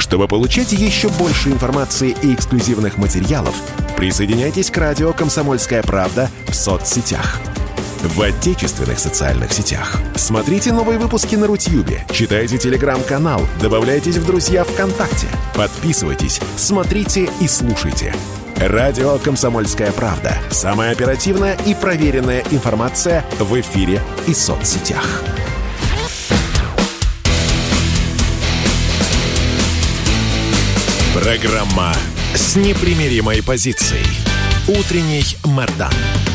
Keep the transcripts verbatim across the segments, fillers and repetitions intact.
Чтобы получать еще больше информации и эксклюзивных материалов, присоединяйтесь к радио «Комсомольская правда» в соцсетях. В отечественных социальных сетях. Смотрите новые выпуски на Рутьюбе, читайте телеграм-канал, добавляйтесь в друзья ВКонтакте, подписывайтесь, смотрите и слушайте. Радио «Комсомольская правда». Самая оперативная и проверенная информация в эфире и соцсетях. Программа с непримиримой позицией. Утренний Мардан.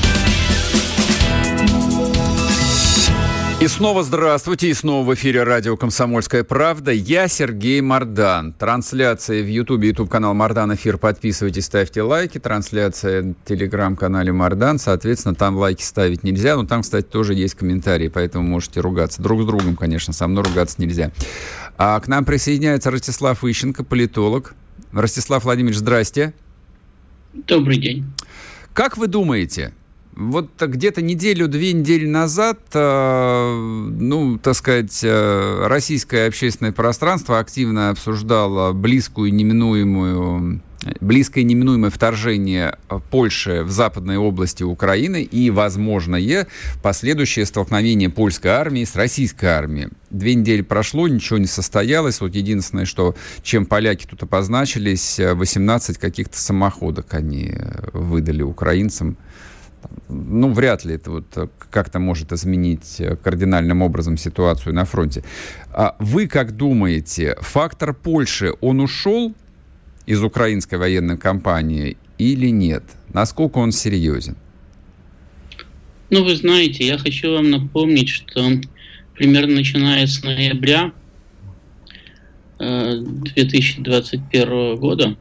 И снова здравствуйте, и снова в эфире радио «Комсомольская правда». Я Сергей Мардан. Трансляция в Ютубе, Ютуб-канал Мардан Эфир. Подписывайтесь, ставьте лайки. Трансляция в Телеграм-канале Мардан. Соответственно, там лайки ставить нельзя. Но там, кстати, тоже есть комментарии, поэтому можете ругаться. Друг с другом, конечно, со мной ругаться нельзя. А к нам присоединяется Ростислав Ищенко, политолог. Ростислав Владимирович, здрасте. Добрый день. Как вы думаете... Вот где-то неделю-две недели назад, э, ну, так сказать, э, российское общественное пространство активно обсуждало близкую неминуемую, близкое неминуемое вторжение Польши в западной области Украины и возможное последующее столкновение польской армии с российской армией. Две недели прошло, ничего не состоялось. Вот единственное, что чем поляки тут обозначились, восемнадцать каких-то самоходок они выдали украинцам. Ну, вряд ли это вот как-то может изменить кардинальным образом ситуацию на фронте. А вы как думаете, фактор Польши, он ушел из украинской военной кампании или нет? Насколько он серьезен? Ну, вы знаете, я хочу вам напомнить, что примерно начиная с ноября две тысячи двадцать первого года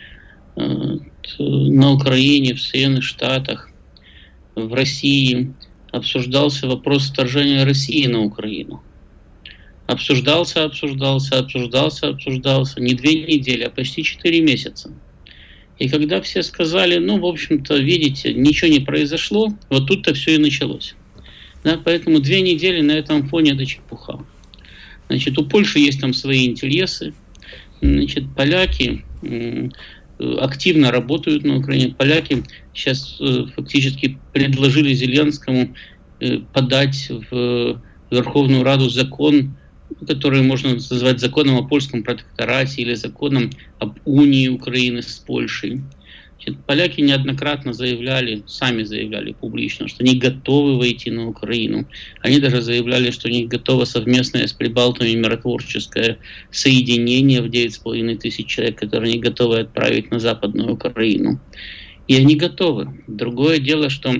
на Украине, в Соединенных Штатах, в России обсуждался вопрос вторжения России на Украину. Обсуждался, обсуждался, обсуждался, обсуждался не две недели, а почти четыре месяца. И когда все сказали, ну, в общем-то, видите, ничего не произошло, вот тут-то все и началось. Да, поэтому две недели на этом фоне это чепуха. Значит, у Польши есть там свои интересы. Значит, поляки активно работают на Украине. Поляки сейчас э, фактически предложили Зеленскому э, подать в Верховную Раду закон, который можно назвать законом о польском протекторате или законом об унии Украины с Польшей. Значит, поляки неоднократно заявляли, сами заявляли публично, что они готовы войти на Украину. Они даже заявляли, что у них готово совместное с прибалтами миротворческое соединение в девять с половиной тысяч человек, которые они готовы отправить на Западную Украину. И они готовы. Другое дело, что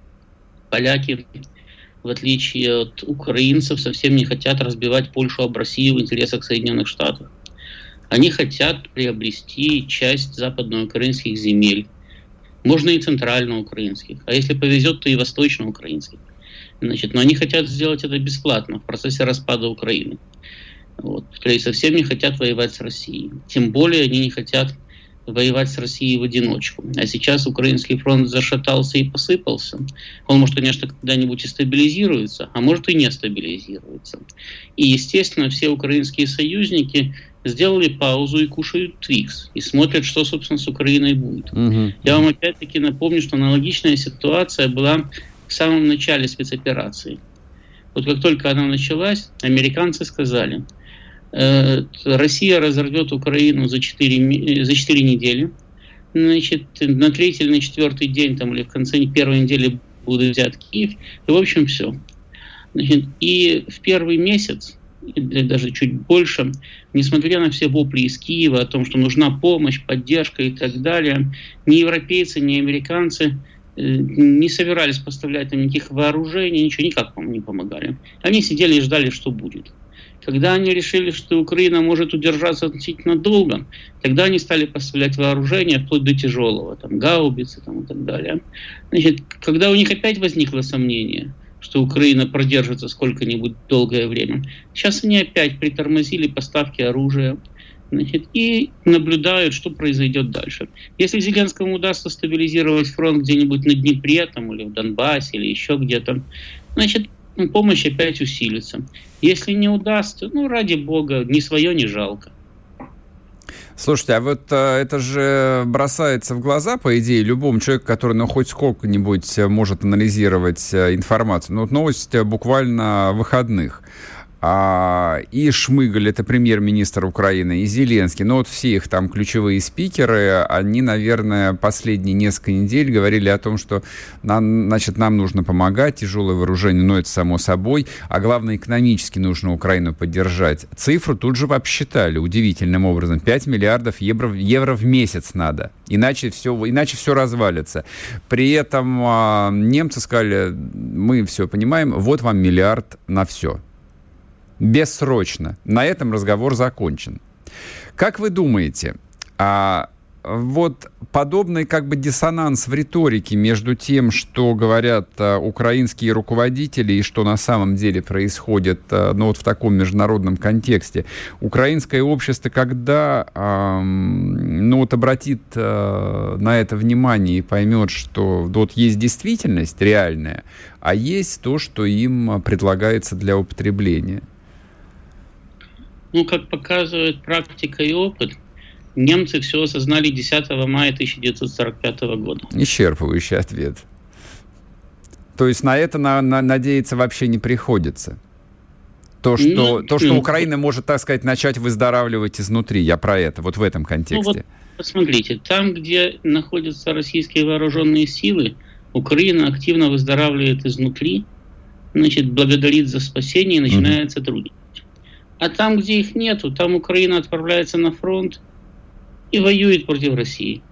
поляки, в отличие от украинцев, совсем не хотят разбивать Польшу об Россию в интересах Соединенных Штатов. Они хотят приобрести часть западноукраинских земель. Можно и центральноукраинских. А если повезет, то и восточноукраинских. Значит, но они хотят сделать это бесплатно в процессе распада Украины. Вот. То есть совсем не хотят воевать с Россией. Тем более они не хотят воевать с Россией в одиночку. А сейчас украинский фронт зашатался и посыпался. Он, может, конечно, когда-нибудь и стабилизируется, а может и не стабилизируется. И, естественно, все украинские союзники сделали паузу и кушают Твикс. И смотрят, что, собственно, с Украиной будет. Угу. Я вам опять-таки напомню, что аналогичная ситуация была в самом начале спецоперации. Вот как только она началась, американцы сказали, э, Россия разорвет Украину за четыре, за четыре недели. Значит, на третий или на четвертый день, там, или в конце первой недели будет взят Киев. И, в общем, все. Значит, и в первый месяц, или даже чуть больше, несмотря на все вопли из Киева о том, что нужна помощь, поддержка и так далее, ни европейцы, ни американцы не собирались поставлять нам никаких вооружений, ничего, никак вам не помогали. Они сидели и ждали, что будет. Когда они решили, что Украина может удержаться относительно долго, тогда они стали поставлять вооружение вплоть до тяжелого, там, гаубицы там, и так далее. Значит, когда у них опять возникло сомнение, что Украина продержится сколько-нибудь долгое время, сейчас они опять притормозили поставки оружия, значит, и наблюдают, что произойдет дальше. Если Зеленскому удастся стабилизировать фронт где-нибудь на Днепре, там, или в Донбассе, или еще где-то, значит, помощь опять усилится. Если не удастся, ну, ради бога, ни свое, ни жалко. Слушайте, а вот а, это же бросается в глаза, по идее, любому человеку, который ну, хоть сколько-нибудь может анализировать а, информацию. Ну, вот новость буквально выходных. А, и Шмыгаль, это премьер-министр Украины, и Зеленский, ну вот все их там ключевые спикеры, они, наверное, последние несколько недель говорили о том, что нам, значит, нам нужно помогать, тяжелое вооружение, ну это само собой, а главное, экономически нужно Украину поддержать. Цифру тут же обсчитали удивительным образом, пять миллиардов евро, евро в месяц надо, иначе все, иначе все развалится. При этом а, немцы сказали, мы все понимаем, вот вам миллиард на все. Бессрочно. На этом разговор закончен. Как вы думаете, а вот подобный как бы диссонанс в риторике между тем, что говорят а, украинские руководители и что на самом деле происходит а, ну, вот в таком международном контексте, украинское общество когда а, ну, вот обратит а, на это внимание и поймет, что вот есть действительность реальная, а есть то, что им предлагается для употребления? Ну, как показывает практика и опыт, немцы все осознали десятого мая тысяча девятьсот сорок пятого года. Исчерпывающий ответ. То есть на это на, на, надеяться вообще не приходится. То, что, ну, то, что ну, Украина может, так сказать, начать выздоравливать изнутри. Я про это, вот в этом контексте. Ну, вот, посмотрите, там, где находятся российские вооруженные силы, Украина активно выздоравливает изнутри, значит, благодарит за спасение и начинает mm-hmm. сотрудничать. А там, где их нету, там Украина отправляется на фронт и воюет против России.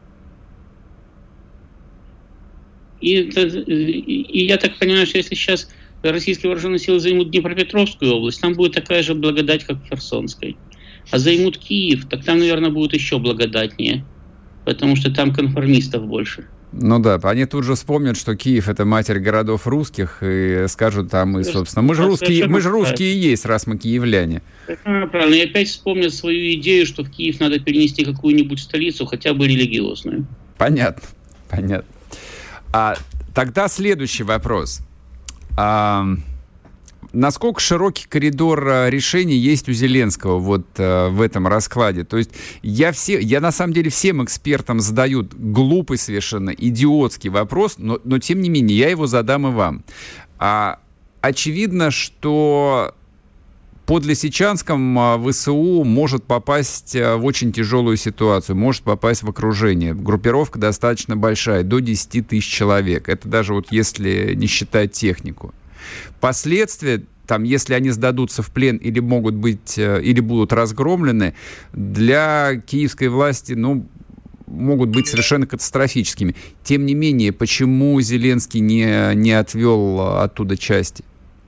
И, это, и я так понимаю, что если сейчас российские вооруженные силы займут Днепропетровскую область, там будет такая же благодать, как в Херсонской. А займут Киев, так там, наверное, будет еще благодатнее, потому что там конформистов больше. Ну да, они тут же вспомнят, что Киев — это матерь городов русских, и скажут там, и, собственно, мы же русские, мы же русские и есть, раз мы киевляне. Правильно, и опять вспомнят свою идею, что в Киев надо перенести какую-нибудь столицу, хотя бы религиозную. Понятно, понятно. А, тогда следующий вопрос. А, насколько широкий коридор решений есть у Зеленского вот а, в этом раскладе? То есть я, все, я на самом деле всем экспертам задаю глупый совершенно, идиотский вопрос, но, но тем не менее я его задам и вам. А, очевидно, что под Лисичанском ВСУ может попасть в очень тяжелую ситуацию, может попасть в окружение. Группировка достаточно большая, до десять тысяч человек. Это даже вот если не считать технику. Последствия, там, если они сдадутся в плен или могут быть, или будут разгромлены, для киевской власти, ну, могут быть совершенно катастрофическими. Тем не менее, почему Зеленский не, не отвел оттуда части?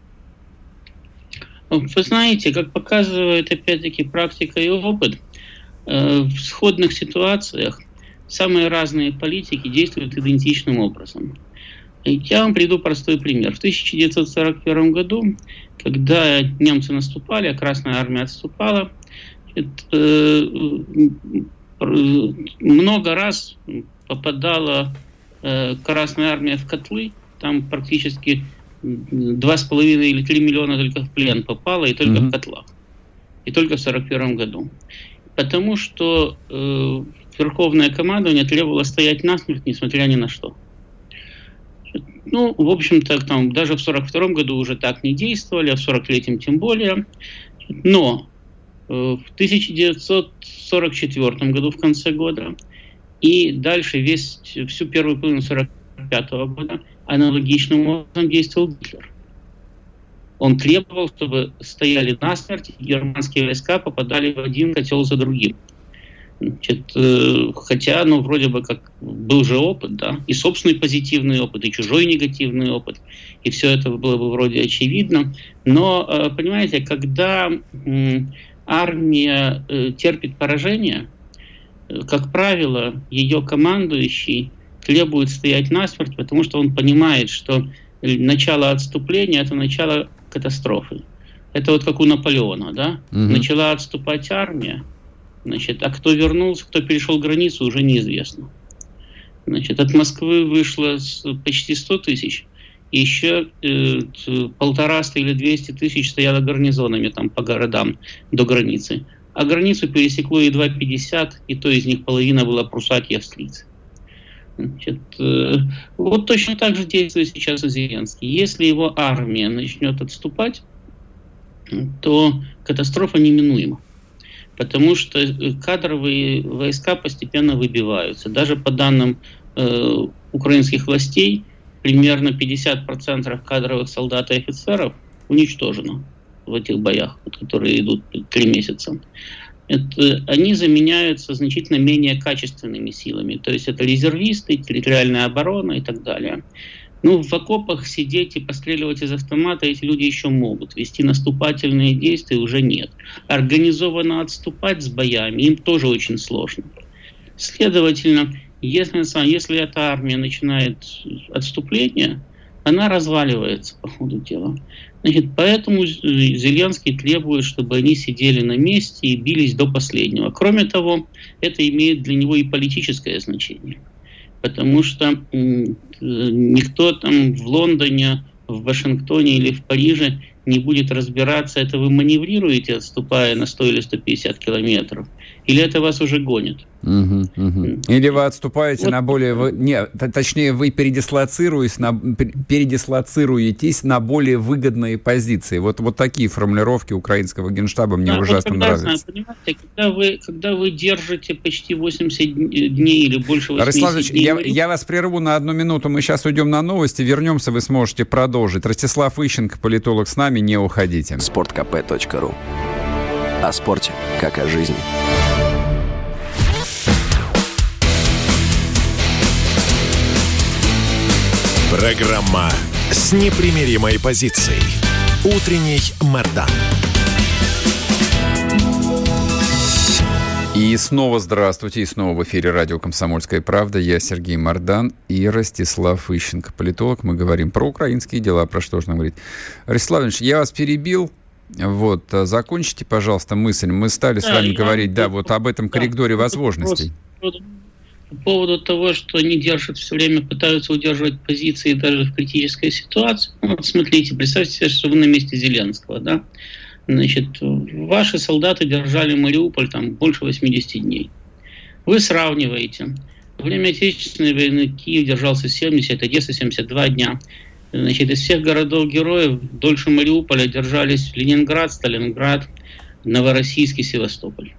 Вы знаете, как показывает, опять-таки, практика и опыт, в сходных ситуациях самые разные политики действуют идентичным образом. Я вам приведу простой пример. В тысяча девятьсот сорок первом году, когда немцы наступали, а Красная Армия отступала, много раз попадала Красная Армия в котлы, там практически два с половиной или три миллиона только в плен попало, и только mm-hmm. в котлах. И только в сорок первом году. Потому что э, Верховное командование требовало стоять насмерть, несмотря ни на что. Ну, в общем-то, там, даже в сорок втором году уже так не действовали, а в сорок третьем тем более. Но э, в тысяча девятьсот сорок четвёртом году, в конце года, и дальше весь, всю первую половину сорок пятого года аналогичным образом действовал Гитлер. Он требовал, чтобы стояли насмерть, и германские войска попадали в один котел за другим. Значит, э, хотя, ну, вроде бы как был же опыт, да, и собственный позитивный опыт, и чужой негативный опыт, и все это было бы вроде очевидно. Но, э, понимаете, когда э, армия э, терпит поражение, э, как правило, ее командующий требует стоять насмерть, потому что он понимает, что начало отступления — это начало катастрофы. Это вот как у Наполеона, да? Угу. Начала отступать армия, значит, а кто вернулся, кто перешел границу, уже неизвестно. Значит, от Москвы вышло почти сто тысяч, и еще э, полтораста или двести тысяч стояло гарнизонами там по городам до границы. а границу пересекло едва пятьдесят, и то из них половина была прусаки и австрийцы. Значит, вот точно так же действует сейчас и Зеленский. Если его армия начнет отступать, то катастрофа неминуема. Потому что кадровые войска постепенно выбиваются. Даже по данным э, украинских властей, примерно пятьдесят процентов кадровых солдат и офицеров уничтожено в этих боях, которые идут три месяца. Это, они заменяются значительно менее качественными силами. То есть это резервисты, территориальная оборона и так далее. Ну, в окопах сидеть и постреливать из автомата эти люди еще могут. Вести наступательные действия уже нет. Организованно отступать с боями им тоже очень сложно. Следовательно, если, если эта армия начинает отступление, она разваливается по ходу дела. Значит, поэтому Зеленский требует, чтобы они сидели на месте и бились до последнего. Кроме того, это имеет для него и политическое значение. Потому что никто там в Лондоне, в Вашингтоне или в Париже не будет разбираться, это вы маневрируете, отступая на сто или сто пятьдесят километров, или это вас уже гонит. Угу, угу. Или вы отступаете вот. на более... Не, точнее, вы передислоцируетесь на, передислоцируетесь на более выгодные позиции. Вот, вот такие формулировки украинского генштаба мне да, ужасно вот нравятся. Понимаете, когда вы, когда вы держите почти восемьдесят дней или больше восемьдесят дней... Я, я вас прерву на одну минуту. Мы сейчас уйдем на новости, вернемся, вы сможете продолжить. Ростислав Ищенко, политолог, с нами, не уходите. спорт кей пи точка ру. О спорте, как о жизни. Программа с непримиримой позицией. Утренний Мардан. И снова здравствуйте, и снова в эфире радио «Комсомольская правда». Я Сергей Мардан и Ростислав Ищенко, политолог. Мы говорим про украинские дела, про что же нам говорить. Ростислав Ильич, я вас перебил. Вот, закончите, пожалуйста, мысль. Мы стали да, с вами говорить, да, вот об этом коридоре да, возможностей. По поводу того, что они держат все время, пытаются удерживать позиции даже в критической ситуации. Вот смотрите, представьте себе, что вы на месте Зеленского, да? Значит, ваши солдаты держали Мариуполь там больше восемьдесят дней. Вы сравниваете. Во время Отечественной войны Киев держался семьдесят, Одесса семьдесят два дня. Значит, из всех городов-героев дольше Мариуполя держались Ленинград, Сталинград, Новороссийск и Севастополь.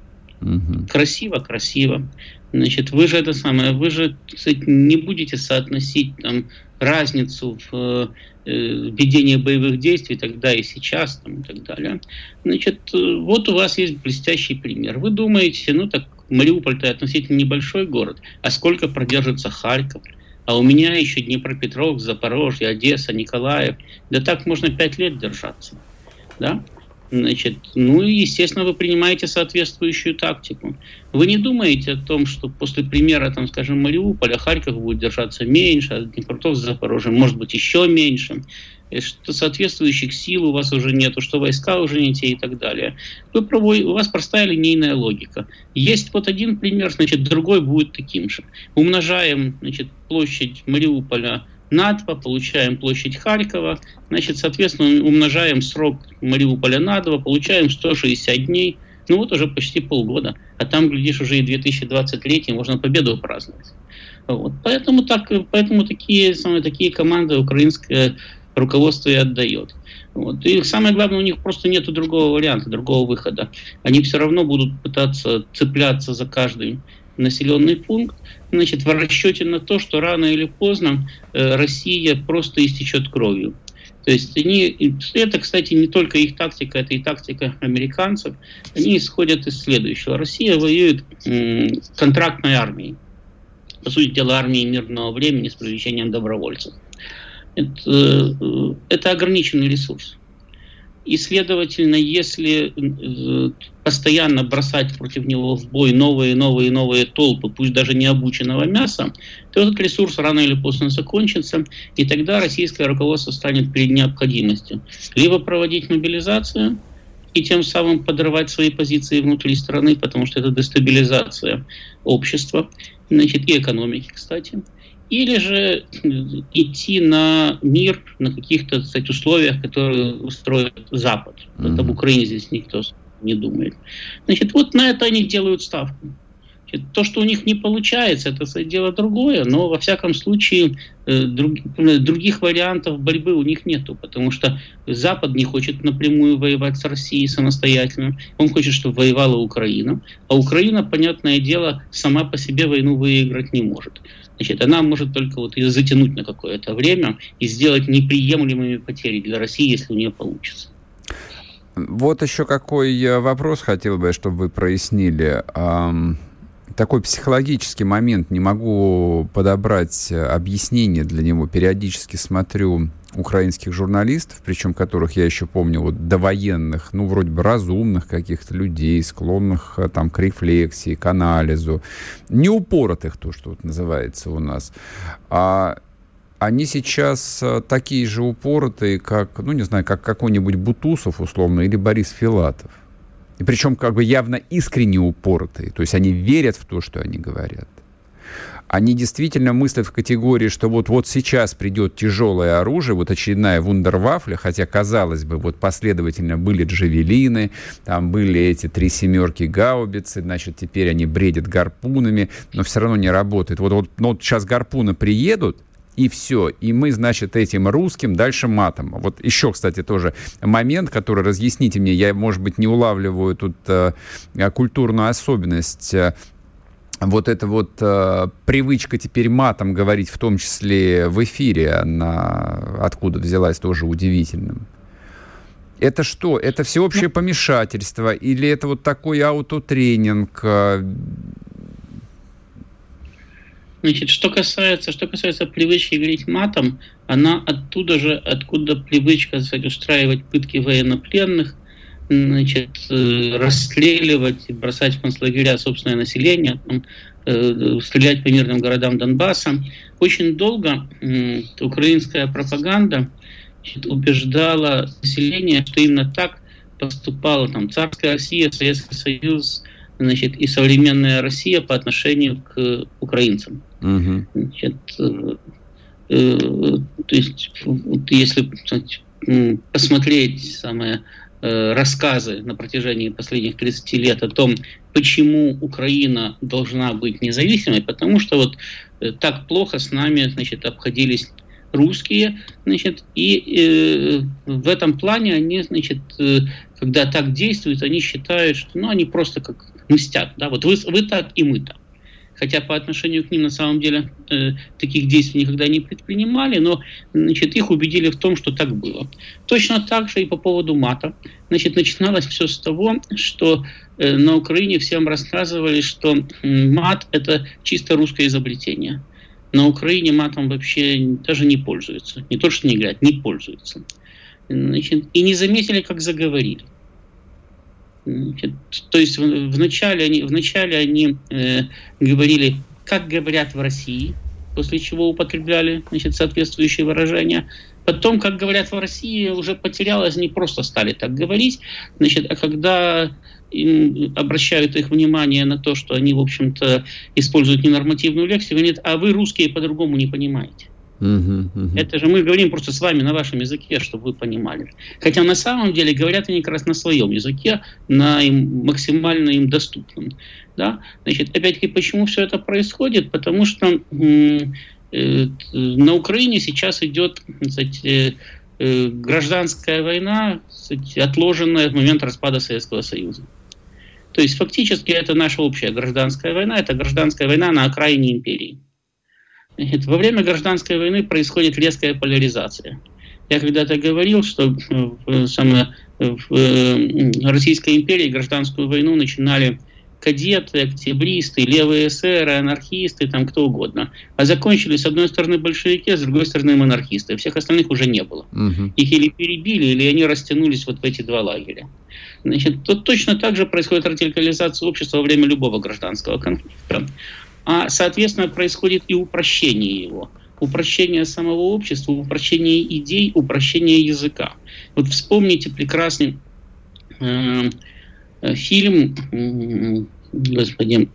Угу. Красиво, красиво. Значит, вы же это самое, вы же, кстати, не будете соотносить там разницу в э, ведении боевых действий тогда и сейчас, там, и так далее. Значит, вот у вас есть блестящий пример. Вы думаете, ну так, Мариуполь-то относительно небольшой город, а сколько продержится Харьков? А у меня еще Днепропетровск, Запорожье, Одесса, Николаев. Да так можно пять лет держаться. Да? Значит, ну и, естественно, вы принимаете соответствующую тактику. Вы не думаете о том, что после примера, там, скажем, Мариуполя, Харьков будет держаться меньше, а Днепропетровск, Запорожье, может быть, еще меньше, что соответствующих сил у вас уже нету, что войска уже не те и так далее. Вы проводите, у вас простая линейная логика. Есть вот один пример, значит, другой будет таким же. Умножаем, значит, площадь Мариуполя на два, получаем площадь Харькова, значит, соответственно, умножаем срок Мариуполя на два, получаем сто шестьдесят дней, ну вот уже почти полгода, а там, глядишь, уже и две тысячи двадцать третий, можно победу праздновать. Вот. Поэтому, так, поэтому такие, самые, такие команды украинское руководство и отдает. Вот. И самое главное, у них просто нет другого варианта, другого выхода. Они все равно будут пытаться цепляться за каждый населенный пункт, значит, в расчете на то, что рано или поздно э, Россия просто истечет кровью. То есть они, это, кстати, не только их тактика, это и тактика американцев. Они исходят из следующего. Россия воюет м, контрактной армией. По сути дела, армией мирного времени с привлечением добровольцев. Это, э, это ограниченный ресурс. И, следовательно, если постоянно бросать против него в бой новые, новые, новые толпы, пусть даже не обученного мяса, то этот ресурс рано или поздно закончится, и тогда российское руководство станет перед необходимостью либо проводить мобилизацию и тем самым подрывать свои позиции внутри страны, потому что это дестабилизация общества, значит, и экономики, кстати, или же идти на мир на каких-то, кстати, условиях, которые устроит Запад. Mm-hmm. Это в Украине здесь никто не думает. Значит, вот на это они делают ставку. Значит, то, что у них не получается, это дело другое, но во всяком случае друг, других вариантов борьбы у них нету, потому что Запад не хочет напрямую воевать с Россией самостоятельно, он хочет, чтобы воевала Украина, а Украина, понятное дело, сама по себе войну выиграть не может. Значит, она может только вот ее затянуть на какое-то время и сделать неприемлемыми потери для России, если у нее получится. Вот еще какой вопрос хотел бы, чтобы вы прояснили. Такой психологический момент, не могу подобрать объяснение для него. Периодически смотрю украинских журналистов, причем которых я еще помню вот довоенных, ну, вроде бы разумных каких-то людей, склонных там к рефлексии, к анализу, не упоротых, то, что вот называется у нас, а они сейчас такие же упоротые, как, ну, не знаю, как какой-нибудь Бутусов, условно, или Борис Филатов. И причем как бы явно искренне упоротые. То есть они верят в то, что они говорят. Они действительно мыслят в категории, что вот, вот сейчас придет тяжелое оружие, вот очередная вундервафля, хотя, казалось бы, вот последовательно были джавелины, там были эти три семерки гаубицы, значит, теперь они бредят гарпунами, но все равно не работает. Вот, вот, ну, вот сейчас гарпуны приедут, и все. И мы, значит, этим русским дальше матом. Вот еще, кстати, тоже момент, который, разъясните мне, я, может быть, не улавливаю тут э, культурную особенность. Вот эта вот э, привычка теперь матом говорить, в том числе в эфире, она откуда взялась, тоже удивительным. Это что? Это всеобщее помешательство? Или это вот такой аутотренинг? Значит, что касается, что касается привычки говорить матом, она оттуда же, откуда привычка, так сказать, устраивать пытки военнопленных, значит, расстреливать, бросать в концлагеря собственное население, там, э, стрелять по мирным городам Донбасса. Очень долго э, украинская пропаганда, значит, убеждала население, что именно так поступала там царская Россия, Советский Союз, значит, и современная Россия по отношению к украинцам. Uh-huh. Значит, э, э, то есть, вот, если, кстати, посмотреть самые э, рассказы на протяжении последних тридцати лет о том, почему Украина должна быть независимой, потому что вот э, так плохо с нами, значит, обходились русские, значит, и э, в этом плане они, значит, э, когда так действуют, они считают, что, ну, они просто как мстят, да, вот вы, вы так и мы так. Хотя по отношению к ним на самом деле э, таких действий никогда не предпринимали, но, значит, их убедили в том, что так было. Точно так же и по поводу мата. Значит, начиналось все с того, что э, на Украине всем рассказывали, что э, мат – это чисто русское изобретение. На Украине матом вообще даже не пользуются. Не то, что не говорят, не пользуются. Значит, и не заметили, как заговорили. Значит, то есть вначале они, вначале они э, говорили, как говорят в России, после чего употребляли, значит, соответствующие выражения. Потом, как говорят в России, уже потерялось, они просто стали так говорить. Значит, а когда им обращают их внимание на то, что они, в общем-то, используют ненормативную лексику, говорят, а вы, русские, по-другому не понимаете. Uh-huh, uh-huh. Это же мы говорим просто с вами на вашем языке, чтобы вы понимали. Хотя на самом деле говорят они как раз на своем языке, на им, максимально им доступном. Да? Значит, опять-таки, почему все это происходит? Потому что м- э- на Украине сейчас идет, кстати, э- э- гражданская война, кстати, отложенная в момент распада Советского Союза. То есть фактически это наша общая гражданская война, это гражданская война на окраине империи. Во время гражданской войны происходит резкая поляризация. Я когда-то говорил, что в, самое, в Российской империи гражданскую войну начинали кадеты, октябристы, левые эсеры, анархисты, там кто угодно. А закончили с одной стороны большевики, а с другой стороны монархисты. Всех остальных уже не было. Угу. Их или перебили, или они растянулись вот в эти два лагеря. Значит, тут точно так же происходит радикализация общества во время любого гражданского конфликта. А, соответственно, происходит и упрощение его. Упрощение самого общества, упрощение идей, упрощение языка. Вот вспомните прекрасный э, фильм, э, господи,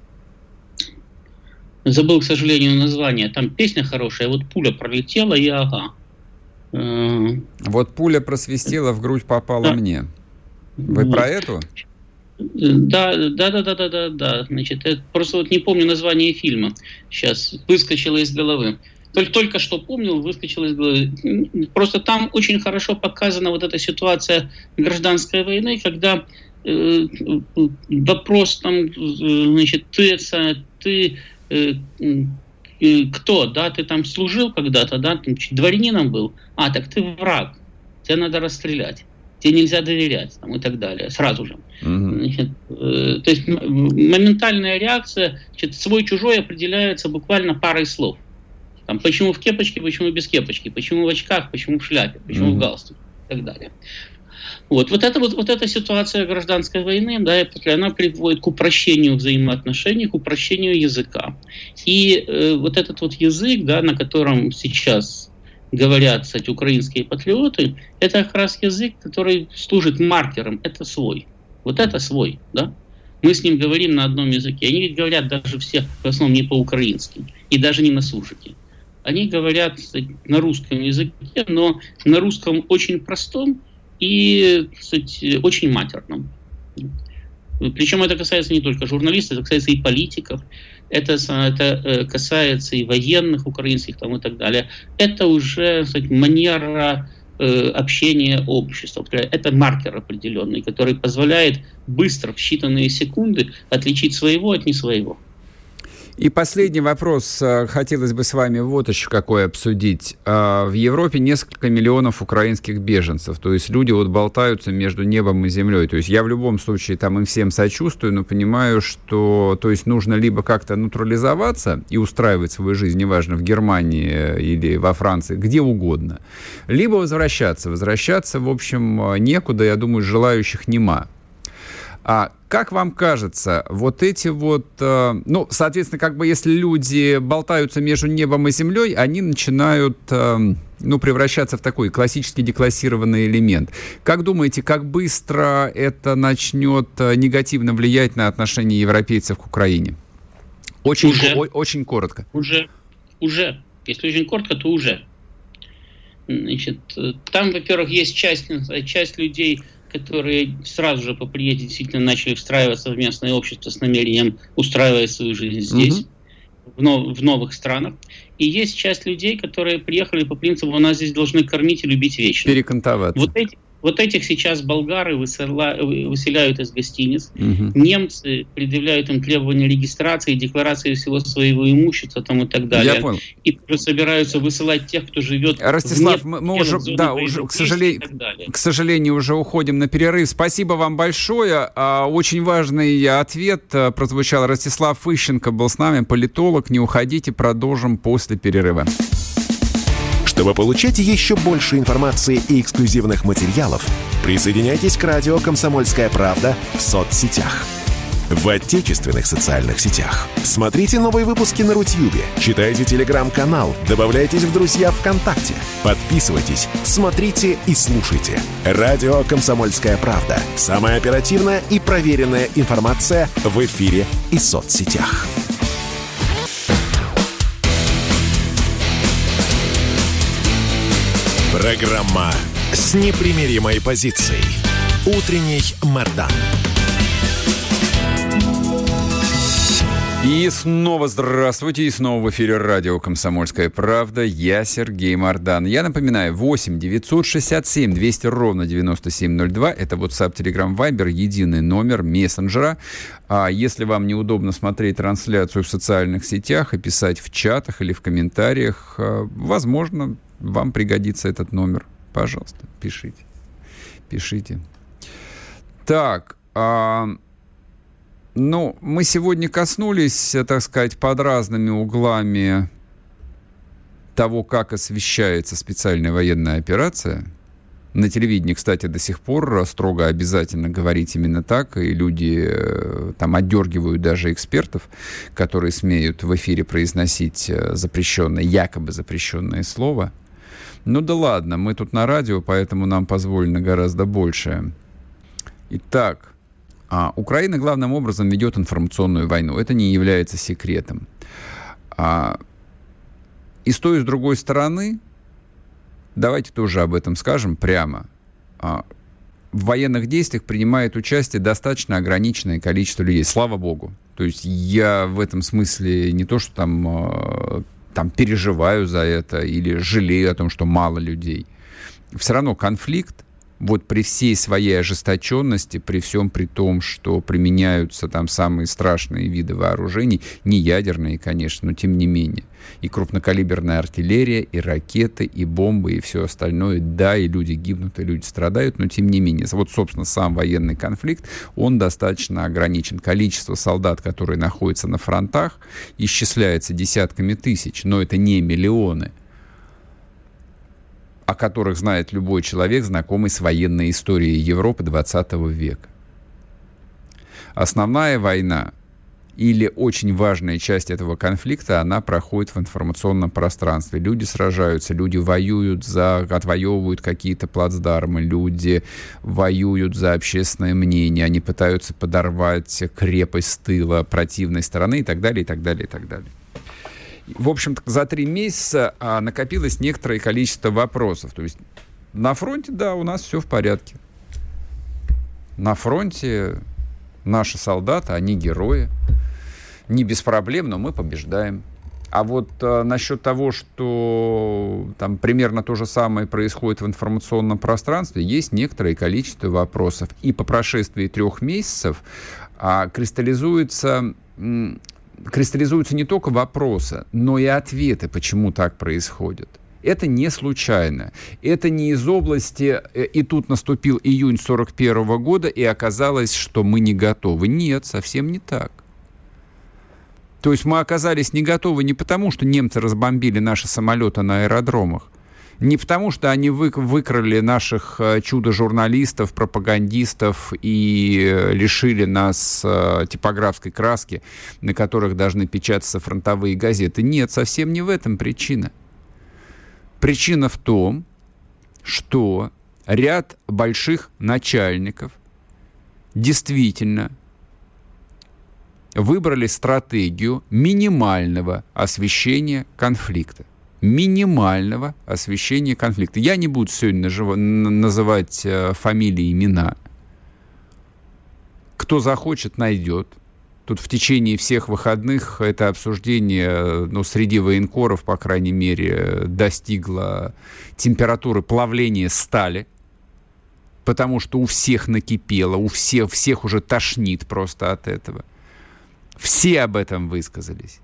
забыл, к сожалению, название. Там песня хорошая, вот пуля пролетела и ага. Э, вот пуля просвистела, в грудь попала да. мне. Вы вот. Про эту? Да, да, да, да, да, да, да. Значит, я просто вот не помню название фильма. Сейчас выскочило из головы. Только, только что помнил, выскочило из головы. Просто там очень хорошо показана вот эта ситуация гражданской войны, когда э, вопрос там, значит, ты, ты э, э, кто, да, ты там служил когда-то, да, ты дворянином был, а, так ты враг, тебя надо расстрелять. Тебе нельзя доверять, там, и так далее, сразу же. Mm-hmm. Значит, э, то есть моментальная реакция, значит, свой-чужой определяется буквально парой слов. Там, почему в кепочке, почему без кепочки, почему в очках, почему в шляпе, почему mm-hmm. в галстуке и так далее. Вот, вот, это, вот, вот эта ситуация гражданской войны, да, она приводит к упрощению взаимоотношений, к упрощению языка. И э, вот этот вот язык, да, на котором сейчас говорят, кстати, украинские патриоты, это как раз язык, который служит маркером, это свой. Вот это свой, да? Мы с ним говорим на одном языке. Они ведь говорят даже все, в основном, не по-украински, и даже не на суржике. Они говорят, кстати, на русском языке, но на русском очень простом и, кстати, очень матерном. Причем это касается не только журналистов, это касается и политиков. Это, это касается и военных украинских там, и так далее. Это уже, кстати, манера э, общения общества. Это маркер определенный, который позволяет быстро, в считанные секунды, отличить своего от не своего. И последний вопрос. Хотелось бы с вами вот еще какой обсудить. В Европе несколько миллионов украинских беженцев. То есть люди вот болтаются между небом и землей. То есть я в любом случае там им всем сочувствую, но понимаю, что то есть нужно либо как-то нейтрализоваться и устраивать свою жизнь, неважно, в Германии или во Франции, где угодно, либо возвращаться. Возвращаться, в общем, некуда. Я думаю, желающих нема. А как вам кажется, вот эти вот, э, ну, соответственно, как бы если люди болтаются между небом и землей, они начинают, э, ну, превращаться в такой классический деклассированный элемент. Как думаете, как быстро это начнет негативно влиять на отношение европейцев к Украине? Очень, уже. О- очень коротко. Уже, уже. Если очень коротко, то уже. Значит, там, во-первых, есть часть, часть людей, которые сразу же по приезде действительно начали встраиваться в местное общество с намерением устраивать свою жизнь здесь, угу. в, нов- в новых странах. И есть часть людей, которые приехали по принципу, нас здесь должны кормить и любить вечно. Перекантоваться. Вот эти, вот этих сейчас болгары высыла, выселяют из гостиниц. Угу. Немцы предъявляют им требования регистрации, декларации всего своего имущества там, и так далее. Я понял. И собираются высылать тех, кто живет Ростислав, вне мы, мы уже, да, уже к, сожалению, к сожалению, уже уходим на перерыв. Спасибо вам большое. Очень важный ответ прозвучал. Ростислав Ищенко был с нами, политолог. Не уходите, продолжим после перерыва. Чтобы получать еще больше информации и эксклюзивных материалов, присоединяйтесь к радио «Комсомольская правда» в соцсетях. В отечественных социальных сетях. Смотрите новые выпуски на Рутьюбе, читайте телеграм-канал, добавляйтесь в друзья ВКонтакте, подписывайтесь, смотрите и слушайте. Радио «Комсомольская правда». Самая оперативная и проверенная информация в эфире и соцсетях. Программа с непримиримой позицией. Утренний Мардан. И снова здравствуйте, и снова в эфире радио «Комсомольская правда». Я Сергей Мардан. Я напоминаю, восемь девятьсот шестьдесят семь двести ровно девяносто семь ноль два. Это WhatsApp, Telegram, Viber, единый номер мессенджера. А если вам неудобно смотреть трансляцию в социальных сетях и писать в чатах или в комментариях, возможно, вам пригодится этот номер. Пожалуйста, пишите. Пишите. Так, а... Ну, мы сегодня коснулись, так сказать, под разными углами того, как освещается специальная военная операция. На телевидении, кстати, до сих пор строго обязательно говорить именно так, и люди там отдергивают даже экспертов, которые смеют в эфире произносить запрещенное, якобы запрещенное слово. Ну да ладно, мы тут на радио, поэтому нам позволено гораздо большее. Итак, А, Украина главным образом ведет информационную войну. Это не является секретом. А, и с той, и с другой стороны, давайте тоже об этом скажем прямо. А, в военных действиях принимает участие достаточно ограниченное количество людей. Слава богу. То есть я в этом смысле не то, что там, там переживаю за это или жалею о том, что мало людей. Все равно конфликт, вот при всей своей ожесточенности, при всем при том, что применяются там самые страшные виды вооружений, не ядерные, конечно, но тем не менее, и крупнокалиберная артиллерия, и ракеты, и бомбы, и все остальное, да, и люди гибнут, и люди страдают, но тем не менее, вот, собственно, сам военный конфликт, он достаточно ограничен. Количество солдат, которые находятся на фронтах, исчисляется десятками тысяч, но это не миллионы, о которых знает любой человек, знакомый с военной историей Европы двадцатого века. Основная война или очень важная часть этого конфликта, она проходит в информационном пространстве. Люди сражаются, люди воюют за, отвоевывают какие-то плацдармы, люди воюют за общественное мнение, они пытаются подорвать крепость с тыла противной стороны и так далее, и так далее, и так далее. В общем-то, за три месяца а, накопилось некоторое количество вопросов. То есть на фронте, да, у нас все в порядке. На фронте наши солдаты, они герои. Не без проблем, но мы побеждаем. А вот а, насчет того, что там примерно то же самое происходит в информационном пространстве, есть некоторое количество вопросов. И по прошествии трех месяцев а, кристаллизуется... М- кристаллизуются не только вопросы, но и ответы, почему так происходит. Это не случайно. Это не из области «и тут наступил июнь сорок первого года, и оказалось, что мы не готовы». Нет, совсем не так. То есть мы оказались не готовы не потому, что немцы разбомбили наши самолеты на аэродромах, не потому, что они вы, выкрали наших чудо-журналистов, пропагандистов и лишили нас э, типографской краски, на которых должны печататься фронтовые газеты. Нет, совсем не в этом причина. Причина в том, что ряд больших начальников действительно выбрали стратегию минимального освещения конфликта. Минимального освещения конфликта. Я не буду сегодня нажив... называть э, фамилии, имена. Кто захочет, найдет. Тут в течение всех выходных это обсуждение, ну, среди военкоров, по крайней мере, достигло температуры плавления стали, потому что у всех накипело, у всех, всех уже тошнит просто от этого. Все об этом высказались.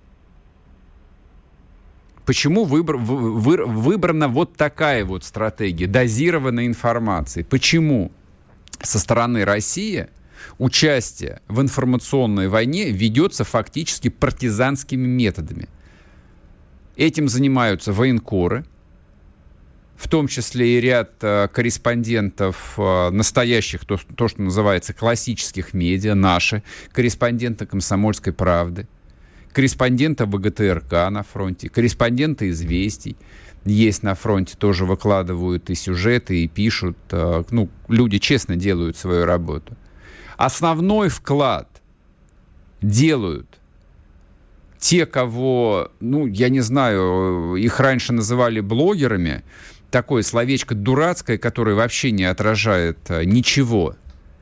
Почему выбор, вы, выбрана вот такая вот стратегия дозированной информации? Почему со стороны России участие в информационной войне ведется фактически партизанскими методами? Этим занимаются военкоры, в том числе и ряд э, корреспондентов э, настоящих, то, то, что называется классических медиа, наши корреспонденты «Комсомольской правды», корреспонденты ВГТРК на фронте, корреспонденты «Известий» есть на фронте, тоже выкладывают и сюжеты, и пишут. Ну, люди честно делают свою работу. Основной вклад делают те, кого, ну, я не знаю, их раньше называли блогерами, такое словечко дурацкое, которое вообще не отражает ничего.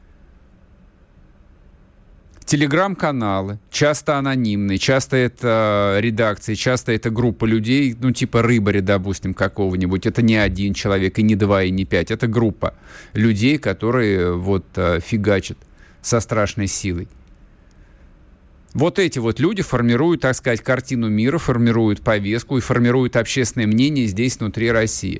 Телеграм-каналы, часто анонимные, часто это редакции, часто это группа людей, ну, типа Рыбари, допустим, какого-нибудь. Это не один человек, и не два, и не пять. Это группа людей, которые вот фигачат со страшной силой. Вот эти вот люди формируют, так сказать, картину мира, формируют повестку и формируют общественное мнение здесь, внутри России.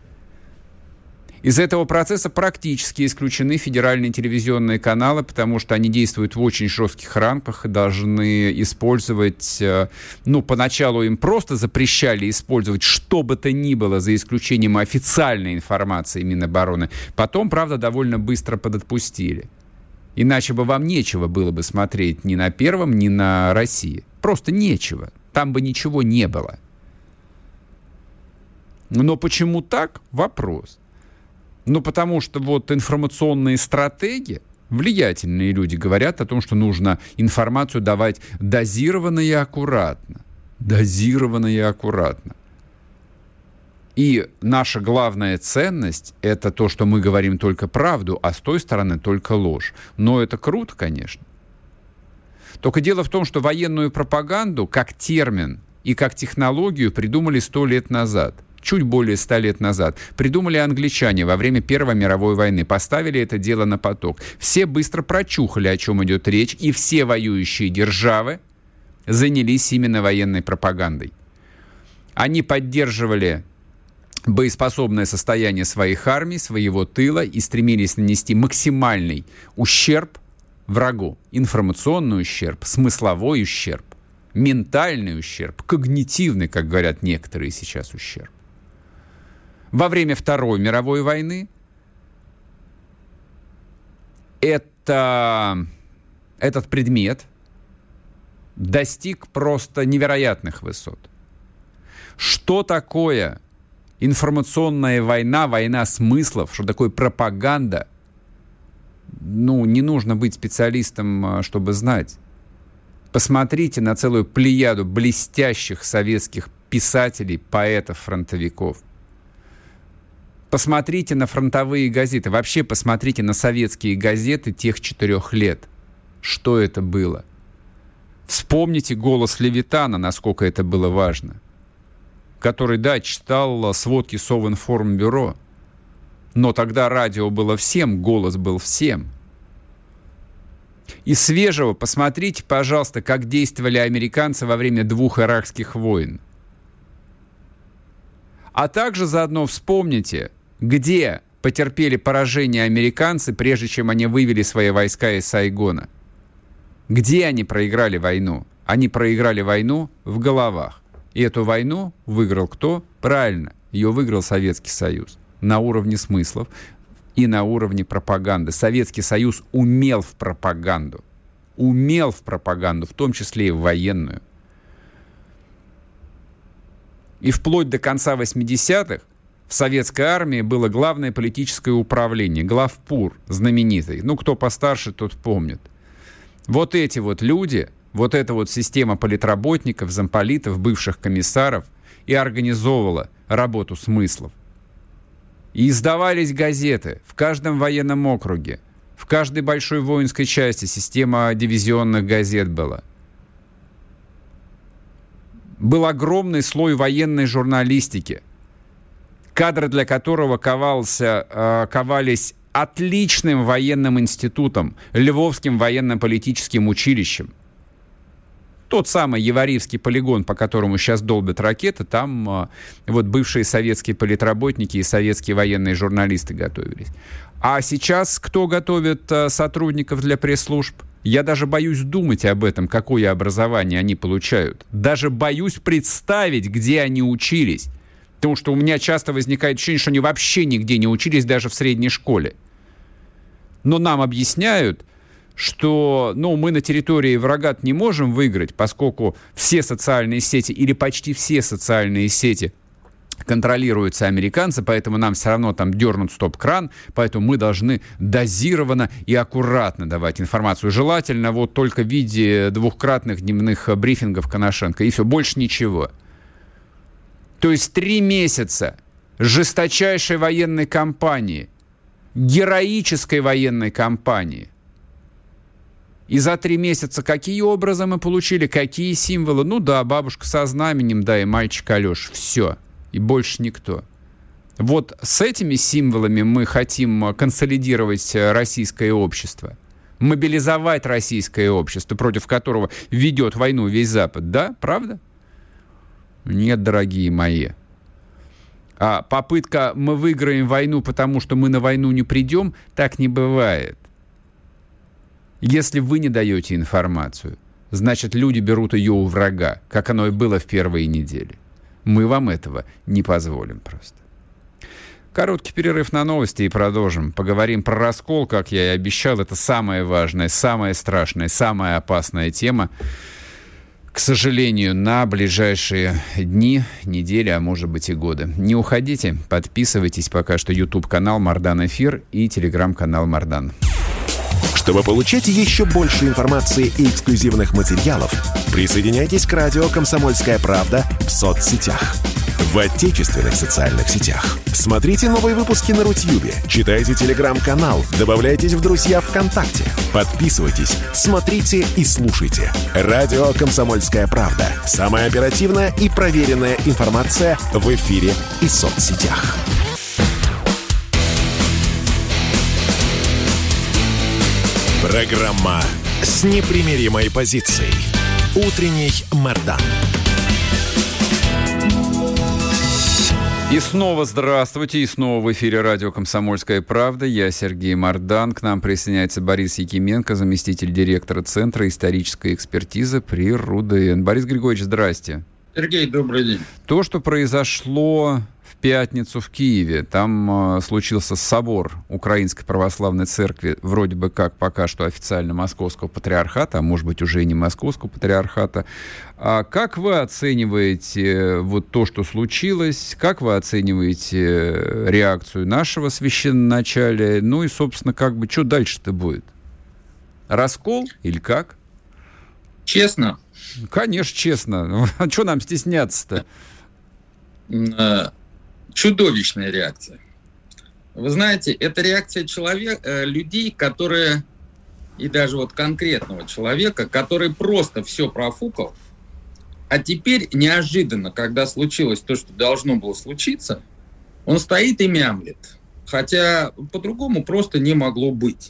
Из этого процесса практически исключены федеральные телевизионные каналы, потому что они действуют в очень жестких рамках и должны использовать, ну, поначалу им просто запрещали использовать что бы то ни было, за исключением официальной информации Минобороны. Потом, правда, довольно быстро подотпустили. Иначе бы вам нечего было бы смотреть ни на Первом, ни на России. Просто нечего. Там бы ничего не было. Но почему так? Вопрос. Ну, потому что вот информационные стратеги, влиятельные люди говорят о том, что нужно информацию давать дозированно и аккуратно. Дозированно и аккуратно. И наша главная ценность – это то, что мы говорим только правду, а с той стороны только ложь. Но это круто, конечно. Только дело в том, что военную пропаганду как термин и как технологию придумали сто лет назад. Чуть более ста лет назад. Придумали англичане во время Первой мировой войны. Поставили это дело на поток. Все быстро прочухали, о чем идет речь, и все воюющие державы занялись именно военной пропагандой. Они поддерживали боеспособное состояние своих армий, своего тыла и стремились нанести максимальный ущерб врагу. Информационный ущерб, смысловой ущерб, ментальный ущерб, когнитивный, как говорят некоторые сейчас, ущерб. Во время Второй мировой войны это, этот предмет достиг просто невероятных высот. Что такое информационная война, война смыслов, что такое пропаганда? Ну, не нужно быть специалистом, чтобы знать. Посмотрите на целую плеяду блестящих советских писателей, поэтов, фронтовиков. Посмотрите на фронтовые газеты. Вообще посмотрите на советские газеты тех четырех лет. Что это было? Вспомните «Голос Левитана», насколько это было важно. Который, да, читал сводки Совинформбюро. Но тогда радио было всем, голос был всем. Из свежего посмотрите, пожалуйста, как действовали американцы во время двух иракских войн. А также заодно вспомните, где потерпели поражение американцы, прежде чем они вывели свои войска из Сайгона. Где они проиграли войну? Они проиграли войну в головах. И эту войну выиграл кто? Правильно, ее выиграл Советский Союз. На уровне смыслов и на уровне пропаганды. Советский Союз умел в пропаганду. Умел в пропаганду, в том числе и в военную. И вплоть до конца восьмидесятых в советской армии было главное политическое управление, главпур знаменитый. Ну, кто постарше, тот помнит. Вот эти вот люди, вот эта вот система политработников, замполитов, бывших комиссаров и организовывала работу смыслов. И издавались газеты в каждом военном округе, в каждой большой воинской части система дивизионных газет была. Был огромный слой военной журналистики, кадры для которого ковался, э, ковались отличным военным институтом, Львовским военно-политическим училищем. Тот самый Яворивский полигон, по которому сейчас долбят ракеты, там э, вот бывшие советские политработники и советские военные журналисты готовились. А сейчас кто готовит э, сотрудников для пресс-служб? Я даже боюсь думать об этом, какое образование они получают. Даже боюсь представить, где они учились. Потому что у меня часто возникает ощущение, что они вообще нигде не учились, даже в средней школе. Но нам объясняют, что ну, мы на территории врага не можем выиграть, поскольку все социальные сети или почти все социальные сети контролируются американцы, поэтому нам все равно там дернут стоп-кран, поэтому мы должны дозированно и аккуратно давать информацию. Желательно вот только в виде двухкратных дневных брифингов Коношенко, и все, больше ничего. То есть три месяца жесточайшей военной кампании, героической военной кампании. И за три месяца какие образы мы получили, какие символы? Ну да, бабушка со знаменем, да, и мальчик Алеша. Все. И больше никто. Вот с этими символами мы хотим консолидировать российское общество. Мобилизовать российское общество, против которого ведет войну весь Запад. Да, правда? Нет, дорогие мои. А попытка «мы выиграем войну, потому что мы на войну не придем» так не бывает. Если вы не даете информацию, значит, люди берут ее у врага, как оно и было в первые недели. Мы вам этого не позволим просто. Короткий перерыв на новости и продолжим. Поговорим про раскол, как я и обещал. Это самая важная, самая страшная, самая опасная тема. К сожалению, на ближайшие дни, недели, а может быть и годы. Не уходите, подписывайтесь пока что YouTube-канал Мардан Эфир и телеграм-канал Мардан. Чтобы получать еще больше информации и эксклюзивных материалов, присоединяйтесь к радио «Комсомольская правда» в соцсетях. в отечественных социальных сетях. Смотрите новые выпуски на Рутьюбе, читайте телеграм-канал, добавляйтесь в друзья ВКонтакте, подписывайтесь, смотрите и слушайте. Радио «Комсомольская правда». Самая оперативная и проверенная информация в эфире и соцсетях. Программа с непримиримой позицией. Утренний Мардан. И снова здравствуйте, и снова в эфире радио «Комсомольская правда». Я Сергей Мардан. К нам присоединяется Борис Якименко, заместитель директора Центра исторической экспертизы при РУДН. Борис Григорьевич, здрасте. Сергей, добрый день. То, что произошло в пятницу в Киеве, там э, случился собор Украинской Православной Церкви, вроде бы как пока что официально Московского Патриархата, а может быть уже и не Московского Патриархата. А как вы оцениваете вот то, что случилось? Как вы оцениваете реакцию нашего священноначалия? Ну и, собственно, как бы, что дальше-то будет? Раскол или как? Честно? Конечно, честно. А что нам стесняться-то? Чудовищная реакция. Вы знаете, это реакция человека, людей, которые, и даже вот конкретного человека, который просто все профукал, а теперь неожиданно, когда случилось то, что должно было случиться, он стоит и мямлет. Хотя по-другому просто не могло быть.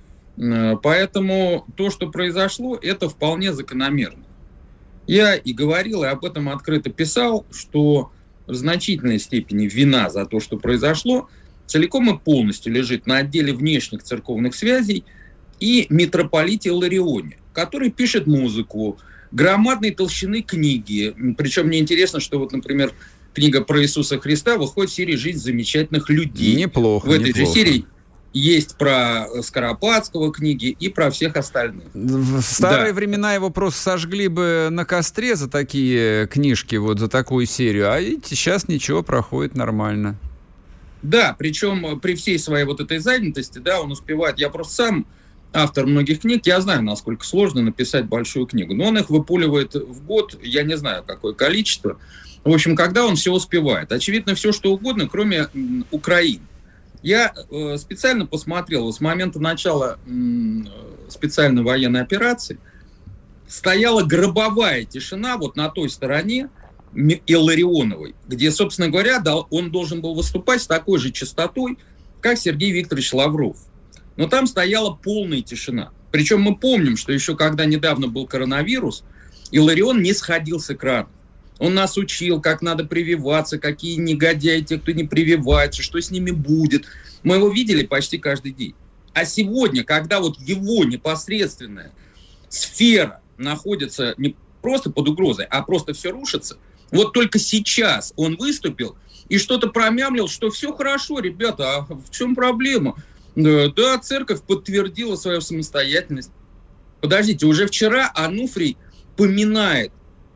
Поэтому то, что произошло, это вполне закономерно. Я и говорил, и об этом открыто писал, что в значительной степени вина за то, что произошло, целиком и полностью лежит на отделе внешних церковных связей и митрополите Илларионе, который пишет музыку, громадной толщины книги. Причем мне интересно, что вот, например, книга про Иисуса Христа выходит в серии «Жизнь замечательных людей». Неплохо, В этой неплохо. же серии есть про Скоропадского книги и про всех остальных. В старые Да. времена его просто сожгли бы на костре за такие книжки, вот за такую серию, а видите, сейчас ничего, проходит нормально. Да, причем при всей своей вот этой занятости, да, он успевает, я просто сам автор многих книг, я знаю, насколько сложно написать большую книгу, но он их выпуливает в год, я не знаю, какое количество. В общем, когда он все успевает. Очевидно, все что угодно, кроме м, Украины. Я э, специально посмотрел, с момента начала м, специальной военной операции стояла гробовая тишина вот на той стороне Илларионовой, где, собственно говоря, дал, он должен был выступать с такой же частотой, как Сергей Викторович Лавров. Но там стояла полная тишина. Причем мы помним, что еще когда недавно был коронавирус, Илларион не сходил с экрана. Он нас учил, как надо прививаться, какие негодяи те, кто не прививается, что с ними будет. Мы его видели почти каждый день. А сегодня, когда вот его непосредственная сфера находится не просто под угрозой, а просто все рушится, вот только сейчас он выступил и что-то промямлил, что все хорошо, ребята, а в чем проблема? Да, церковь подтвердила свою самостоятельность. Подождите, уже вчера Ануфрий поминает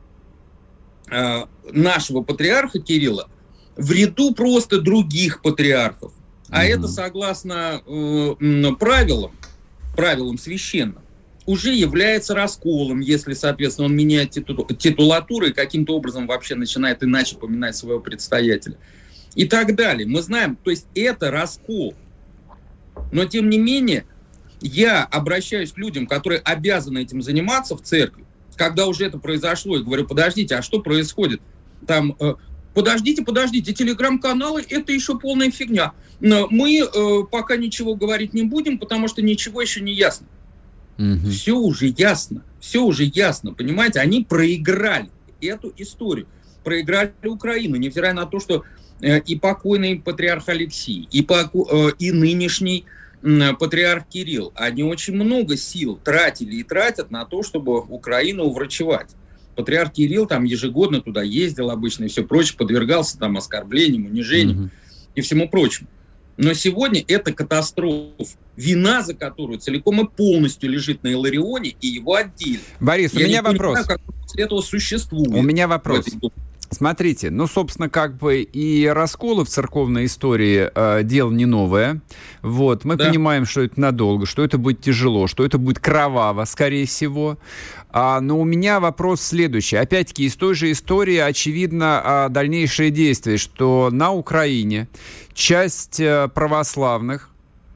нашего патриарха Кирилла в ряду просто других патриархов. А mm-hmm. это, согласно э, правилам, правилам священным, уже является расколом, если, соответственно, он меняет титу- титулатуру и каким-то образом вообще начинает иначе поминать своего предстоятеля. И так далее. Мы знаем, то есть это раскол. Но, тем не менее, я обращаюсь к людям, которые обязаны этим заниматься в церкви, когда уже это произошло, и говорю, подождите, а что происходит? Там, э, подождите, подождите, телеграм-каналы – это еще полная фигня. Но мы э, пока ничего говорить не будем, потому что ничего еще не ясно. Mm-hmm. Все уже ясно, все уже ясно, понимаете? Они проиграли эту историю, проиграли Украину, невзирая на то, что э, и покойный патриарх Алексий, и, поку- э, и нынешний патриарх Кирилл, они очень много сил тратили и тратят на то, чтобы Украину уврачевать. Патриарх Кирилл там ежегодно туда ездил обычно и все прочее, подвергался там оскорблениям, унижениям mm-hmm. и всему прочему. Но сегодня это катастрофа, вина за которую целиком и полностью лежит на Илларионе и его отделе. Борис, Я у меня не вопрос. понимаю, как после этого существует. У меня вопрос. Смотрите, ну, собственно, как бы и расколы в церковной истории э, дело не новое. Вот, мы да. понимаем, что это надолго, что это будет тяжело, что это будет кроваво, скорее всего. А, но у меня вопрос следующий. Опять-таки, из той же истории очевидно а, дальнейшие действия, что на Украине часть а, православных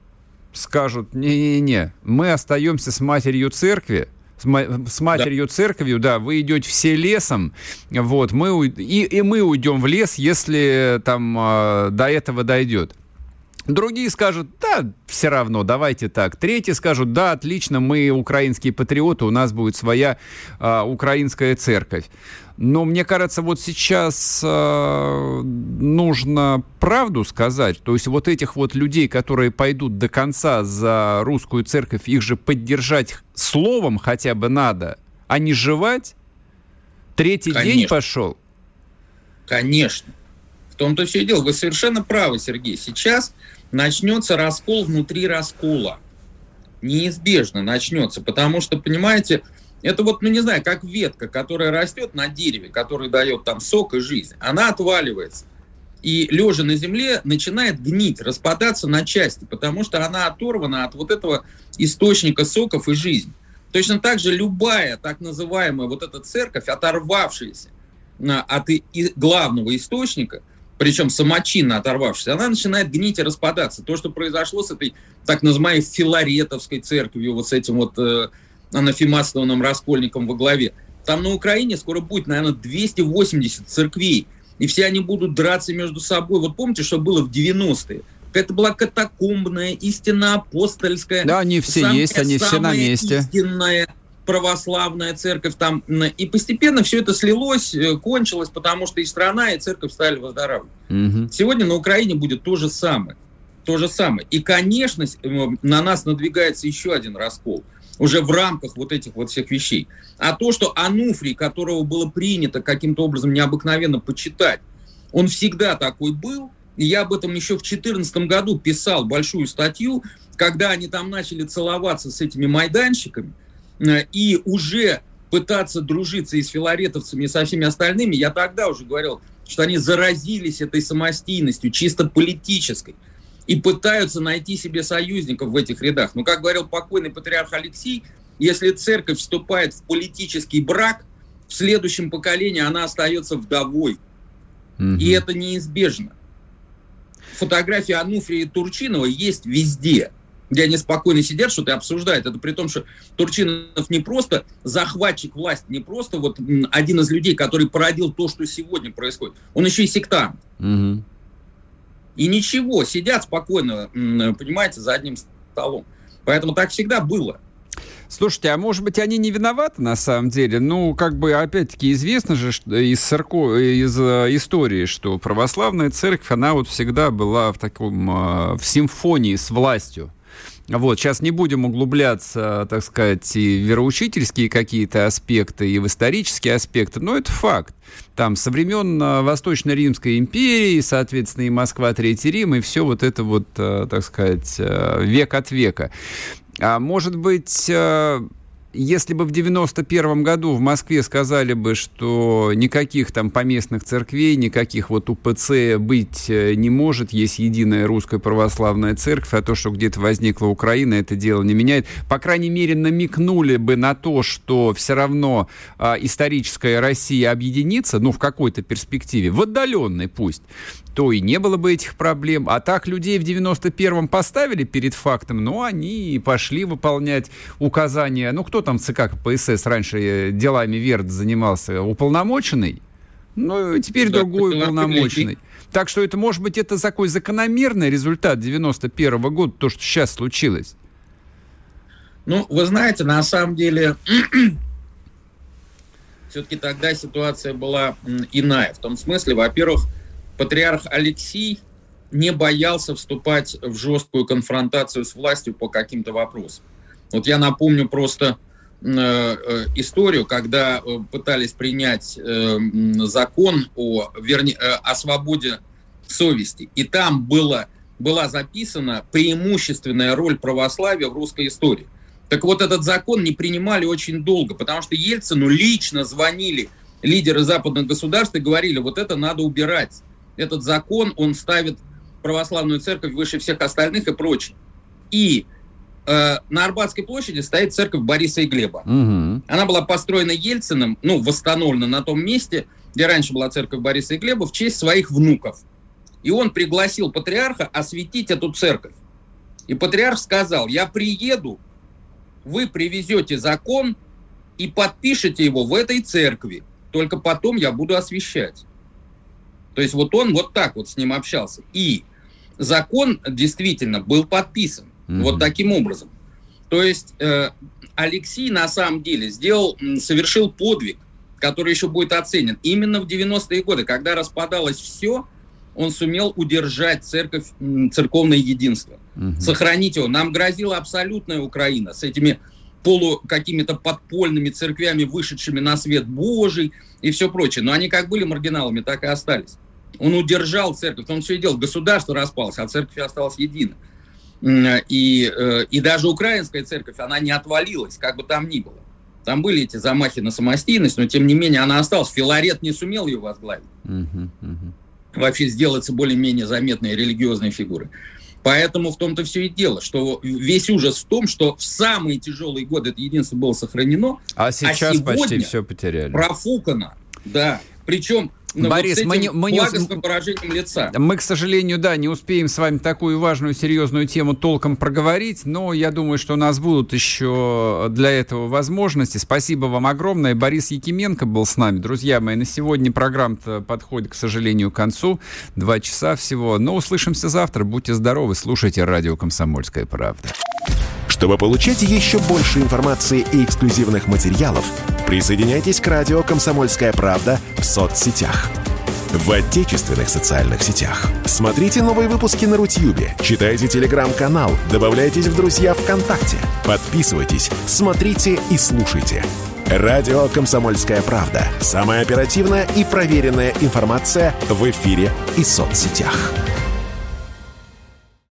скажут, не-не-не, мы остаемся с матерью церкви, с матерью да. церковью, да, вы идете все лесом, вот, мы, и, и мы уйдем в лес, если там э, до этого дойдет. Другие скажут, да, все равно, давайте так. Третьи скажут, да, отлично, мы украинские патриоты, у нас будет своя э, украинская церковь. Но мне кажется, вот сейчас э, нужно правду сказать. То есть вот этих вот людей, которые пойдут до конца за русскую церковь, их же поддержать словом хотя бы надо, а не жевать. Третий Конечно. День пошел. Конечно. В том-то все и дело. Вы совершенно правы, Сергей. Сейчас начнется раскол внутри раскола. Неизбежно начнется. Потому что, понимаете... Это вот, ну не знаю, как ветка, которая растет на дереве, которая дает там сок и жизнь. Она отваливается. И лежа на земле начинает гнить, распадаться на части, потому что она оторвана от вот этого источника соков и жизни. Точно так же любая так называемая вот эта церковь, оторвавшаяся от главного источника, причем самочинно оторвавшаяся, она начинает гнить и распадаться. То, что произошло с этой так называемой филаретовской церковью, вот с этим вот... анафематствованным раскольником во главе. Там на Украине скоро будет, наверное, двести восемьдесят церквей, и все они будут драться между собой. Вот помните, что было в девяностые? Это была катакомбная, истинно апостольская. Да, они все самая, есть, они все на месте. Истинная православная церковь там. И постепенно все это слилось, кончилось, потому что и страна, и церковь стали выздоравливать. Угу. Сегодня на Украине будет то же самое. То же самое. И, конечно, на нас надвигается еще один раскол. Уже в рамках вот этих вот всех вещей. А то, что Ануфрий, которого было принято каким-то образом необыкновенно почитать, он всегда такой был. И я об этом еще в две тысячи четырнадцатом году писал большую статью, когда они там начали целоваться с этими майданщиками и уже пытаться дружиться и с филаретовцами, и со всеми остальными. Я тогда уже говорил, что они заразились этой самостийностью, чисто политической. И пытаются найти себе союзников в этих рядах. Но, как говорил покойный патриарх Алексий, если церковь вступает в политический брак, в следующем поколении она остается вдовой. Mm-hmm. И это неизбежно. Фотографии Ануфрия и Турчинова есть везде, где они спокойно сидят, что-то обсуждают. Это при том, что Турчинов не просто захватчик власти, не просто вот один из людей, который породил то, что сегодня происходит. Он еще и сектант. Mm-hmm. И ничего, сидят спокойно, понимаете, за одним столом. Поэтому так всегда было. Слушайте, а может быть, они не виноваты на самом деле? Ну, как бы, опять-таки, известно же что из, церков... из э, истории, что православная церковь, она вот всегда была в таком, э, в симфонии с властью. Вот, сейчас не будем углубляться, так сказать, и в вероучительские какие-то аспекты, и в исторические аспекты, но это факт. Там со времен Восточно-Римской империи, соответственно, и Москва, Третий Рим, и все вот это вот, так сказать, век от века. А может быть... Если бы в девяносто первом году в Москве сказали бы, что никаких там поместных церквей, никаких вот УПЦ быть не может, есть единая русская православная церковь, а то, что где-то возникла Украина, это дело не меняет. По крайней мере, намекнули бы на то, что все равно а, историческая Россия объединится, ну, в какой-то перспективе, в отдаленной пусть, то и не было бы этих проблем. А так людей в девяносто первом поставили перед фактом, но они пошли выполнять указания. Ну, кто там в ЦК КПСС раньше делами ВЕРД занимался? Уполномоченный? Ну, теперь да, другой уполномоченный. Так что это, может быть, это такой закономерный результат девяносто первого года, то, что сейчас случилось. Ну, вы знаете, на самом деле, все-таки тогда ситуация была иная. В том смысле, во-первых, патриарх Алексий не боялся вступать в жесткую конфронтацию с властью по каким-то вопросам. Вот я напомню просто э, э, историю, когда э, пытались принять э, закон о, верне, э, о свободе совести. И там было, была записана преимущественная роль православия в русской истории. Так вот, этот закон не принимали очень долго, потому что Ельцину лично звонили лидеры западных государств и говорили, вот это надо убирать. Этот закон, он ставит православную церковь выше всех остальных и прочее. И э, на Арбатской площади стоит церковь Бориса и Глеба. Угу. Она была построена Ельциным, ну, восстановлена на том месте, где раньше была церковь Бориса и Глеба, в честь своих внуков. И он пригласил патриарха осветить эту церковь. И патриарх сказал, я приеду, вы привезете закон и подпишете его в этой церкви. Только потом я буду освящать. То есть вот он вот так вот с ним общался. И закон действительно был подписан. Mm-hmm. Вот таким образом. То есть э, Алексий на самом деле сделал, совершил подвиг, который еще будет оценен. Именно в девяностые годы, когда распадалось все, он сумел удержать церковь, церковное единство. Mm-hmm. Сохранить его. Нам грозила абсолютная Украина с этими полу какими-то подпольными церквями, вышедшими на свет Божий и все прочее. Но они как были маргиналами, так и остались. Он удержал церковь, он все и делал. Государство распалось, а церковь осталась едина. И, и даже украинская церковь, она не отвалилась, как бы там ни было. Там были эти замахи на самостийность, но тем не менее она осталась. Филарет не сумел ее возглавить. Uh-huh, uh-huh. Вообще сделаться более-менее заметной религиозной фигурой. Поэтому в том-то все и дело, что весь ужас в том, что в самые тяжелые годы это единство было сохранено, а сейчас а почти все потеряли. Профукано, да. Причем Борис, вот с этим мы, не, благостным выражением лица. Мы, к сожалению, да, не успеем с вами такую важную, серьезную тему толком проговорить, но я думаю, что у нас будут еще для этого возможности. Спасибо вам огромное. Борис Якименко был с нами. Друзья мои, на сегодня программа-то подходит, к сожалению, к концу. Два часа всего. Но услышимся завтра. Будьте здоровы. Слушайте радио «Комсомольская правда». Чтобы получать еще больше информации и эксклюзивных материалов, присоединяйтесь к радио «Комсомольская правда» в соцсетях. В отечественных социальных сетях. Смотрите новые выпуски на Рутьюбе, читайте телеграм-канал, добавляйтесь в друзья ВКонтакте, подписывайтесь, смотрите и слушайте. Радио «Комсомольская правда». Самая оперативная и проверенная информация в эфире и соцсетях.